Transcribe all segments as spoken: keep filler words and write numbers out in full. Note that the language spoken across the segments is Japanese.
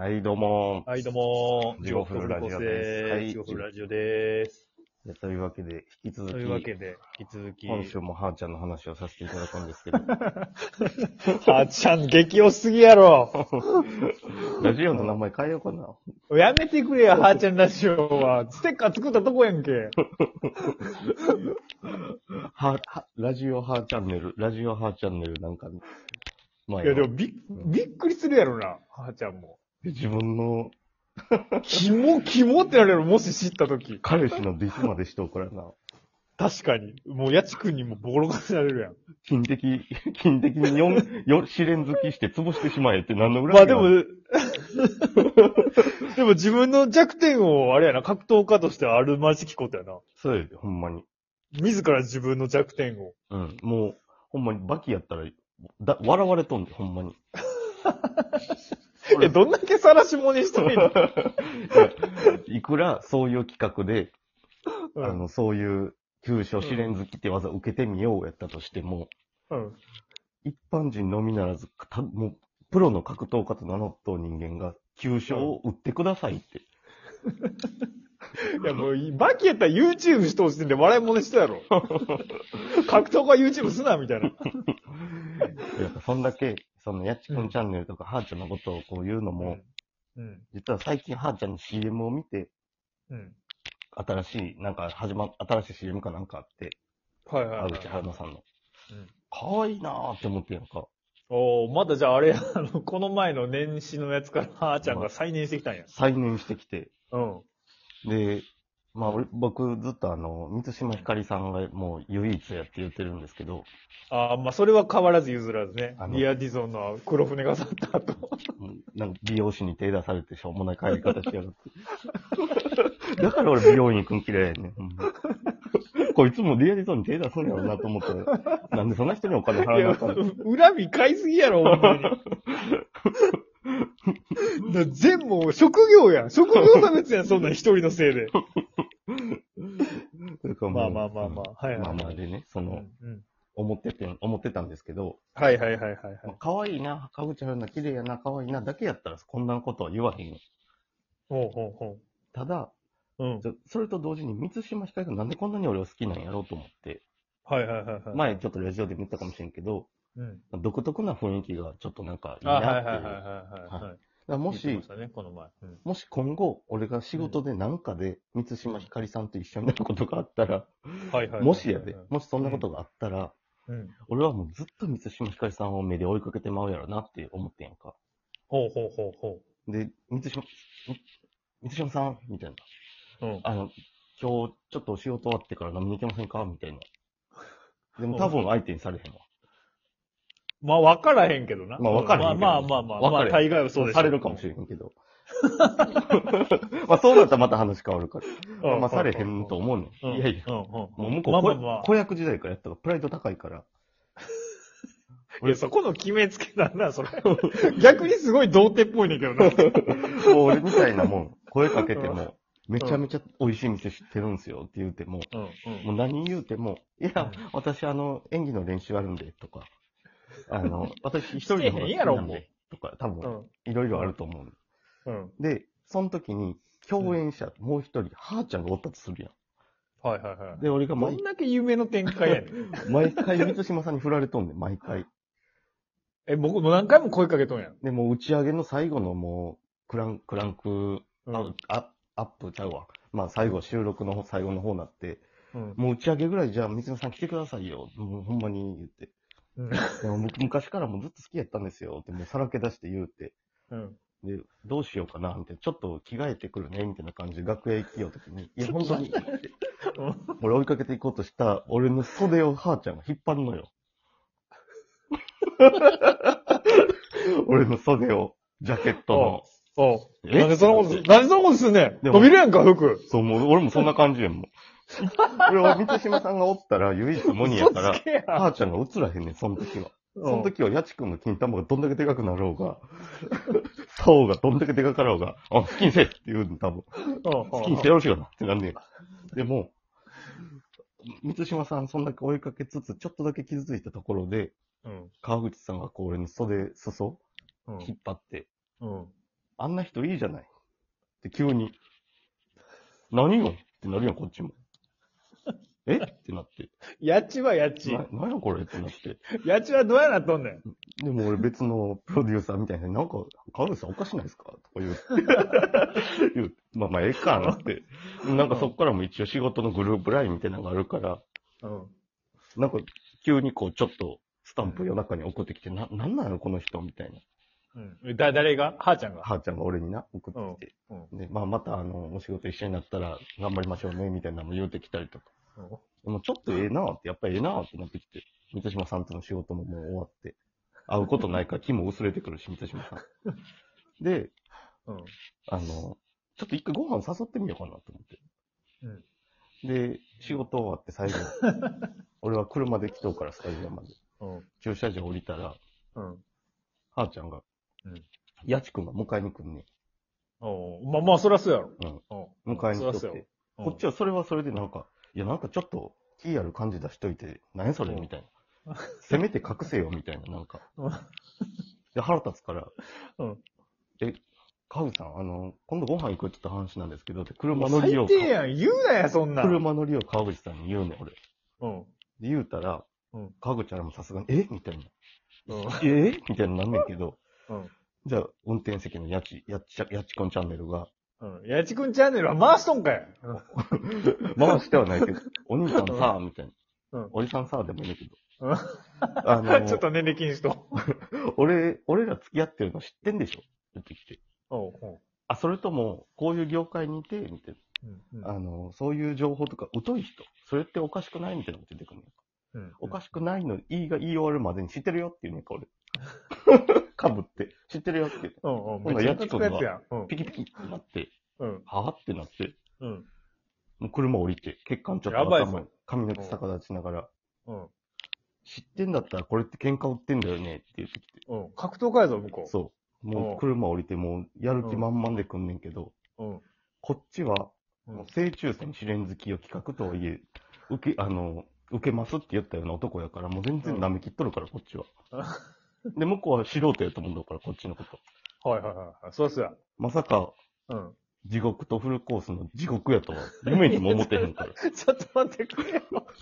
はい、どうも。 はい、どうもー。 地獄フルラジオですはい。地獄フルラジオでーす。 というわけで、引き続き、 というわけで、引き続き。 今週もはーちゃんの話をさせていただくんですけど。 はーちゃん、激推しすぎやろ。 ラジオの名前変えようかな。 やめてくれよ、はーちゃんラジオは。ステッカー作ったとこやんけ。 は、は、ラジオはーチャンネル、ラジオはーチャンネルなんか、前いや、でのもび、びっくりするやろな、はーちゃんも。 自分のキモ、キモってなるやろ、もし知ったとき。 彼氏のディスまでしとうからな。 確かに。もう、やちくんにもボロカスられるやん。 金的、金的によん、よ、試練好きして潰してしまえって何の裏まあでも、 がるでも自分の弱点を、あれやな、格闘家としてあるまじきことやな。 そうやで、ほんまに。 自ら自分の弱点を。 うん。もう、ほんまにバキやったら、だ、笑われとんで、ほんまに。 え、どんだけ晒し者にしてるのいくらそういう企画で、 うんあの、そういう急所試練好きって技を受けてみようやったとしても、 うん。 一般人のみならず、たもう、プロの格闘家と名乗っとう人間が、急所を打ってくださいって。 いやもう、バキやったら YouTube しとうしてんで笑い物したやろ。格闘家 YouTube すな、みたいな。 やっぱそんだけ、その、やっちくんチャンネルとか、はーちゃんのことをこう言うのも、 うん。 実は最近はーちゃんの シーエム を見て、 うん。 新しい、なんか始ま、新しい シーエム かなんかあって、 はいはい、はい。 川口春奈さんの。 うん。 可愛いなーって思ってんやんか。 おー、まだじゃああれ、あの、この前の年始のやつから、はーちゃんが再燃してきたんや。 再燃してきて。 うん。 で、まあ、俺僕ずっとあの、満島ひかりさんがもう唯一やって言ってるんですけど、 ああ、まあそれは変わらず譲らずねあ。のリアディゾンの黒船が去った後。 うんなんか美容師に手出されてしょうもない帰り方しやがって。だから俺美容院行くん嫌いやねん。ほんまこいつもリアディゾンに手出すんやろうなと思って、なんでそんな人にお金払いや、 わなあかんの恨み買いすぎやろ、ほんまに。だ全もう職業やん。職業差別やん、そんなん一人のせいで。 だからもうまあまあまあまあはいはいはいまあまあでね、その、 うんうん。 思ってて、思ってたんですけど、 はいはいはいはいはい。 まあ可愛いな、川口春奈綺麗やな、可愛いな、だけやったらこんなことは言わへんよ。 ほうほうほただ、 う。うん。 ちょそれと同時に、満島ひかりさんなんでこんなに俺を好きなんやろうと思って、 はいはいはいはい。 前ちょっとラジオで見たかもしれんけど、 うん。 独特な雰囲気がちょっとなんかいいあ、 なっていう。 はいはいはいはいはい。 はいだからもし言ってまし、たね、この前。うん。 もし今後、俺が仕事でなんかで、満島ひかりさんと一緒になることがあったら、 はいはいはいはい。 もしやで、もしそんなことがあったら、 うん。 俺はもうずっと満島ひかりさんを目で追いかけてまうやろなって思ってんやんか。 ほうほうほうほで、満島、み満島さんみたいな。 う。うん。 あの、今日ちょっと仕事終わってから飲みに行きませんかみたいな。でも多分相手にされへんわ。 まあ分からへんけどな。 まあ分からへんけど。 まあまあまあまあ。まあ大概はそうでしょ。 されるかもしれへんけど。まあそうなったらまた話変わるから。 うんまあされへんと思うねん。いやいや。 うんうん。 もう向こう、 まあまあまあ。 子役時代からやったからプライド高いから。 いや、そこの決めつけなんだ、それ。逆にすごい童貞っぽいねんけどな。 もう俺みたいなもん、声かけても、めちゃめちゃ美味しい店知ってるんすよって言うても、 うんうん。 もう何言うても、いや、 うん私あの、演技の練習あるんで、とか、あの、私一人の方が好きしてへんやろもうなんで、とか、多う分、 ん。 いろいろあると思う。 うん。 で、その時に、共演者、もう一人、はーちゃんがおったとするやはいはいはい。 ん。で、俺が毎どんだけ夢の展開やねん。 毎回、満島さんに振られとんねん、毎回。 え、僕もう何回も声かけとんやん。 で、もう打ち上げの最後のもう、クラン、クランク、 うんああアップちゃうわ。まあ最後、収録の最後の方になって、 うん。 もう打ち上げぐらいじゃあ、水野さん来てくださいよ。もうほんまに言って。 うん。 でも僕昔からもうずっと好きやったんですよ。ってもうさらけ出して言うて。 うん。 で、どうしようかな、みたいな。ちょっと着替えてくるね、みたいな感じで楽屋行きようときに。いや、本当に、って俺追いかけていこうとした俺の袖をはーちゃんが引っ張るのよ。俺の袖を、ジャケットの。 おう。 えなんでそんなこと、なんでそんなことすんねん。 でも伸びるやんか、服。 そう、もう俺もそんな感じやんもん。俺は満島さんがおったら唯一無二やから、 嘘つけやはーちゃんが映らへんねん、その時は。その時は、やちくんの金玉がどんだけでかくなろうが、竿がどんだけでかかろうが、あ、好きにせえって言うの、多分。好きにしてよろしいかなってなんねん。でも、満島さんそんだけ追いかけつつ、ちょっとだけ傷ついたところで、 うん。 川口さんがこう俺の袖、裾、 うん。 引っ張って、 うん。 あんな人いいじゃない。って急に。何よってなるやん、こっちも。えってなって。 やっちはやっち。 な、なんやこれってなって。 やっちはどうやなっとんねん。 でも俺別のプロデューサーみたいな、なんか、川口さんおかしないですかとか言う。言う。まあまあ、ええかなって。なんかそっからも一応仕事のグループラインみたいなのがあるから、うん。なんか急にこうちょっとスタンプ夜中に送ってきて、な、なんなのこの人みたいな。 うん。だ、誰がはーちゃんがはーちゃんが俺にな、送ってきて。うんうん、で、まあまたあの、お仕事一緒になったら頑張りましょうね、みたいなのも言うてきたりとか。うん、でもちょっとええなって、やっぱりええなってなってきて、三島さんとの仕事ももう終わって、会うことないから気も薄れてくるし、三島さん。で、うん、あの、ちょっと一回ご飯誘ってみようかなと思って。うん、で、仕事終わって最後、俺は車で来とうからスタジオまで。うん、駐車場降りたら、うん、はーちゃんが、うん、やちくんが迎えに来んねん。 おまあまあ、そらそうやろ。 うん。迎えに来とって。こっちはそれはそれでなんか、いやなんかちょっと気ある感じ出しといて、何それみたいな。せめて隠せよみたいな、なんか。で、腹立つから、うん、え、川口さん、あの、今度ご飯行くって言った話なんですけど、って車乗りを。 最低やん、言うなや、そんな。 車乗りを川口さんに言うねん、俺。うん。で、言うたら、うん、川口さんもさすがに、えみたいな。うん、えみたいななんねんけど、うん、じゃあ、運転席のやち、やっち、やっちこんチャンネルが、 うん。やちくんチャンネルは回しとんかい。 回してはないけど、お兄さんさ、みたいな。うん。おじさんさ、でもいいけど。 あの、ちょっと年齢禁止と。 俺、俺ら付き合ってるの知ってんでしょ言ってきて。おうおう。あ、それとも、こういう業界にいて、みたいな。うんうん、あの、そういう情報とか疎い人、それっておかしくないみたいなこと出てくるんやんか。うんうん、おかしくないの、言いが言い終わるまでに知ってるよっていうねんか、俺。かぶって、知ってるよって。うんうん。ほんならやちこんが、ピキピキってなって、うん。はぁってなって、うん。もう車降りて、血管ちょっと頭、髪の毛逆立ちながら、うん。知ってんだったらこれって喧嘩売ってんだよねって言ってきて。 うん。格闘家やぞ、向こう。 そう。もう車降りて、もうやる気満々で来んねんけど、うん。こっちは、もう正中線試練好きを企画とはいえ、受け、あの、受けますって言ったような男やから、もう全然舐めきっとるから、こっちは。で、向こうは素人やと思うんだから、こっちのこと。 はいはいはい。そうっすや。 まさか、うん。地獄とフルコースの地獄やとは、夢にも思ってへんから。 ちょっと待ってくれよ。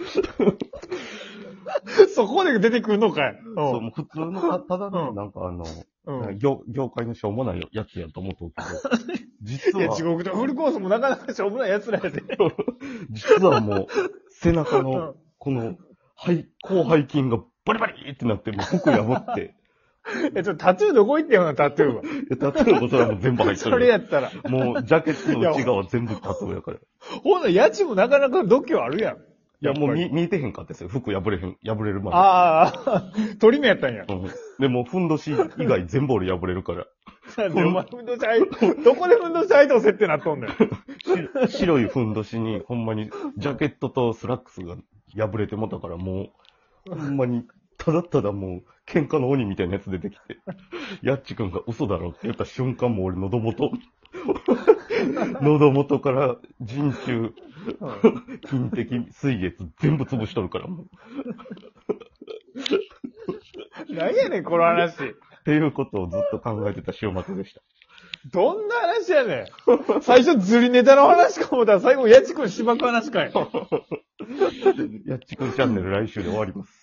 そこで出てくるのかい。 そう、もう普通の、たただね、うん、なんかあの、うん、業、業界のしょうもないやつやと思うとけど、実は。 いや、地獄とフルコースもなかなかしょうもないやつらやで。 実はもう、背中の、この、背、広背筋がバリバリってなって、もう服破って。 え、ちょっとタトゥーどこ行ってよな、タトゥーは。いや、タトゥーもそれはもう全部入ってる。 それやったら。 もう、ジャケットの内側全部タトゥーやから。 ほんなら、家賃もなかなか度胸あるやん。 いや、もう見、見えてへんかったですよ。服破れへん、破れるまで。 ああ、鳥目やったんや。 うん。でも、ふんどし以外全部俺破れるから。 なんでお前、ふんどしアイ、どこでふんどしアイドル設定なっとんねん。 白いふんどしに、ほんまに、ジャケットとスラックスが破れてもたから、もう、ほんまに、ただただもう、喧嘩の鬼みたいなやつ出てきて、やっちくんが嘘だろって言った瞬間もう俺喉元、喉元から人中、筋的水月全部潰しとるからもう。 何やねん、この話。 っていうことをずっと考えてた週末でした。 どんな話やねん。最初ずりネタの話か思ったら最後やちくんしばく話かい。 やっちくんチャンネル来週で終わります。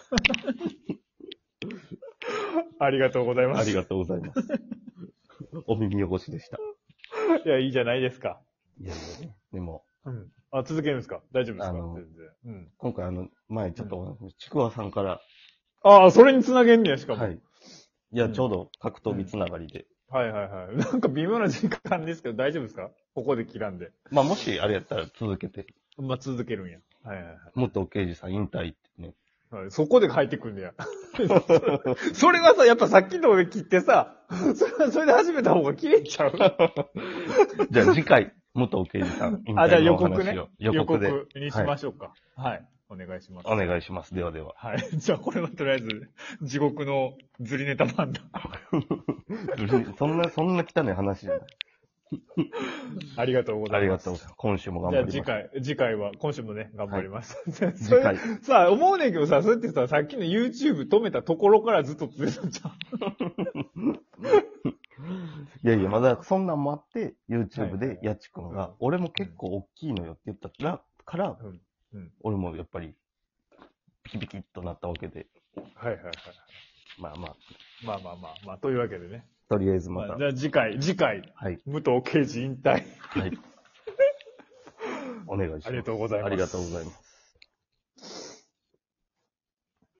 ありがとうございます。 ありがとうございます。お耳汚しでした。 いや、いいじゃないですか。 いやいやね。でも。 うん。あ、続けるんですか？大丈夫ですか？ あの、 全然。 うん。今回あの、前ちょっと、ちくわさんから。 ああ、それにつなげんねや、しかも。 はい。いや、ちょうど格闘技つながりで。 はいはいはい。なんか微妙な時間ですけど大丈夫ですか？ここで切らんで。 まあもしあれやったら続けて。 まあ続けるんや。はいはいはい。 元刑事さん引退ってね。 はい、そこで帰ってくんねや。それはさ、やっぱさっきのとで切ってさ、それはそれで始めた方が綺麗ちゃうじゃあ次回、元刑事さん引退のお話を。 あ、じゃあ予告ね。 予告で。 予告にしましょうか。はい、はい。お願いします。 お願いします。ではでは。 はい。じゃあこれはとりあえず、地獄のずりネタ漫談。 そんな、そんな汚い話じゃない。 ありがとうございます。 ありがとうございます。今週も頑張ります。 じゃあ次回、次回は、今週もね、頑張ります。 はい、次回。 さあ、思うねんけどさ、そうやってさ、さっきの YouTube 止めたところからずっと続いたんちゃういやいや、まだそんなんもあって、YouTube はいでやちくんが、 うん俺も結構大きいのよって言ったら、から、 うん。うん。 俺もやっぱり、ピキピキっとなったわけで、 はいはいはい。 まあまあ、 まあまあまあまあ、というわけでね。 とりあえずまた、 まあ、じゃあ次回、次回、 はい、 武藤刑事引退。 はい。お願いします。 ありがとうございます。 ありがとうございます。